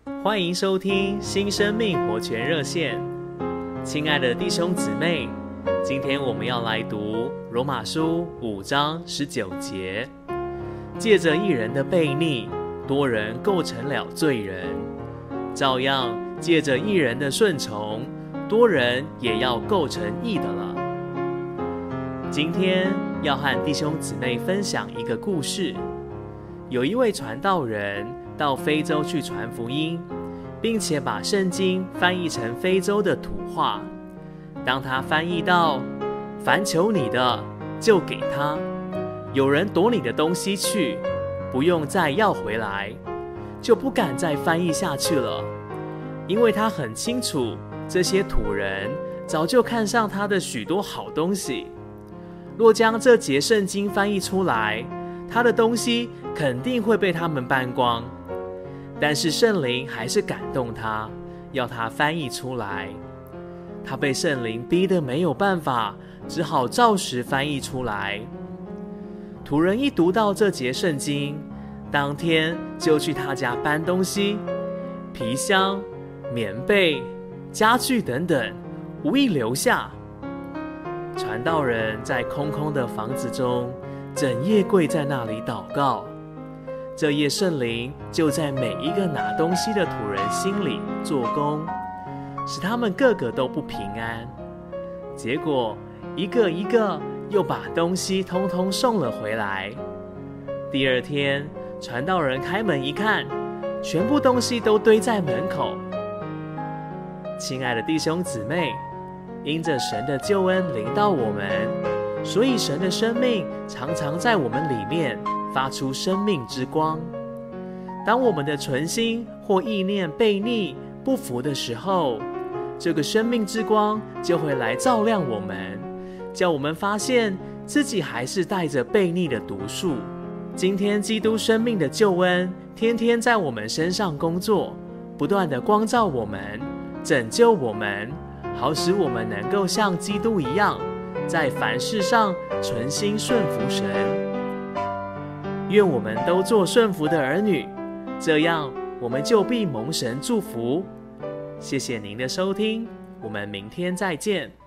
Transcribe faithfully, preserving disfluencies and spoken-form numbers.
欢迎收听新生命活泉热线。亲爱的弟兄姊妹，今天我们要来读罗马书五章十九节，借着一人的悖逆，多人构成了罪人，照样借着一人的顺从，多人也要构成义的了。今天要和弟兄姊妹分享一个故事。有一位传道人到非洲去传福音，并且把圣经翻译成非洲的土话。当他翻译到凡求你的就给他，有人夺你的东西去，不用再要回来，就不敢再翻译下去了，因为他很清楚这些土人早就看上他的许多好东西。若将这节圣经翻译出来，他的东西肯定会被他们搬光。但是圣灵还是感动他，要他翻译出来。他被圣灵逼得没有办法，只好照实翻译出来。土人一读到这节圣经，当天就去他家搬东西，皮箱、棉被、家具等等，无一留下。传道人在空空的房子中整夜跪在那里祷告，这夜圣灵就在每一个拿东西的土人心里做工，使他们个个都不平安。结果一个一个又把东西通通送了回来。第二天，传道人开门一看，全部东西都堆在门口。亲爱的弟兄姊妹，因着神的救恩临到我们，所以神的生命常常在我们里面发出生命之光。当我们的存心或意念悖逆不服的时候，这个生命之光就会来照亮我们，叫我们发现自己还是带着悖逆的毒素。今天基督生命的救恩天天在我们身上工作，不断的光照我们，拯救我们，好使我们能够像基督一样，在凡事上存心顺服神。愿我们都做顺服的儿女，这样我们就必蒙神祝福。谢谢您的收听，我们明天再见。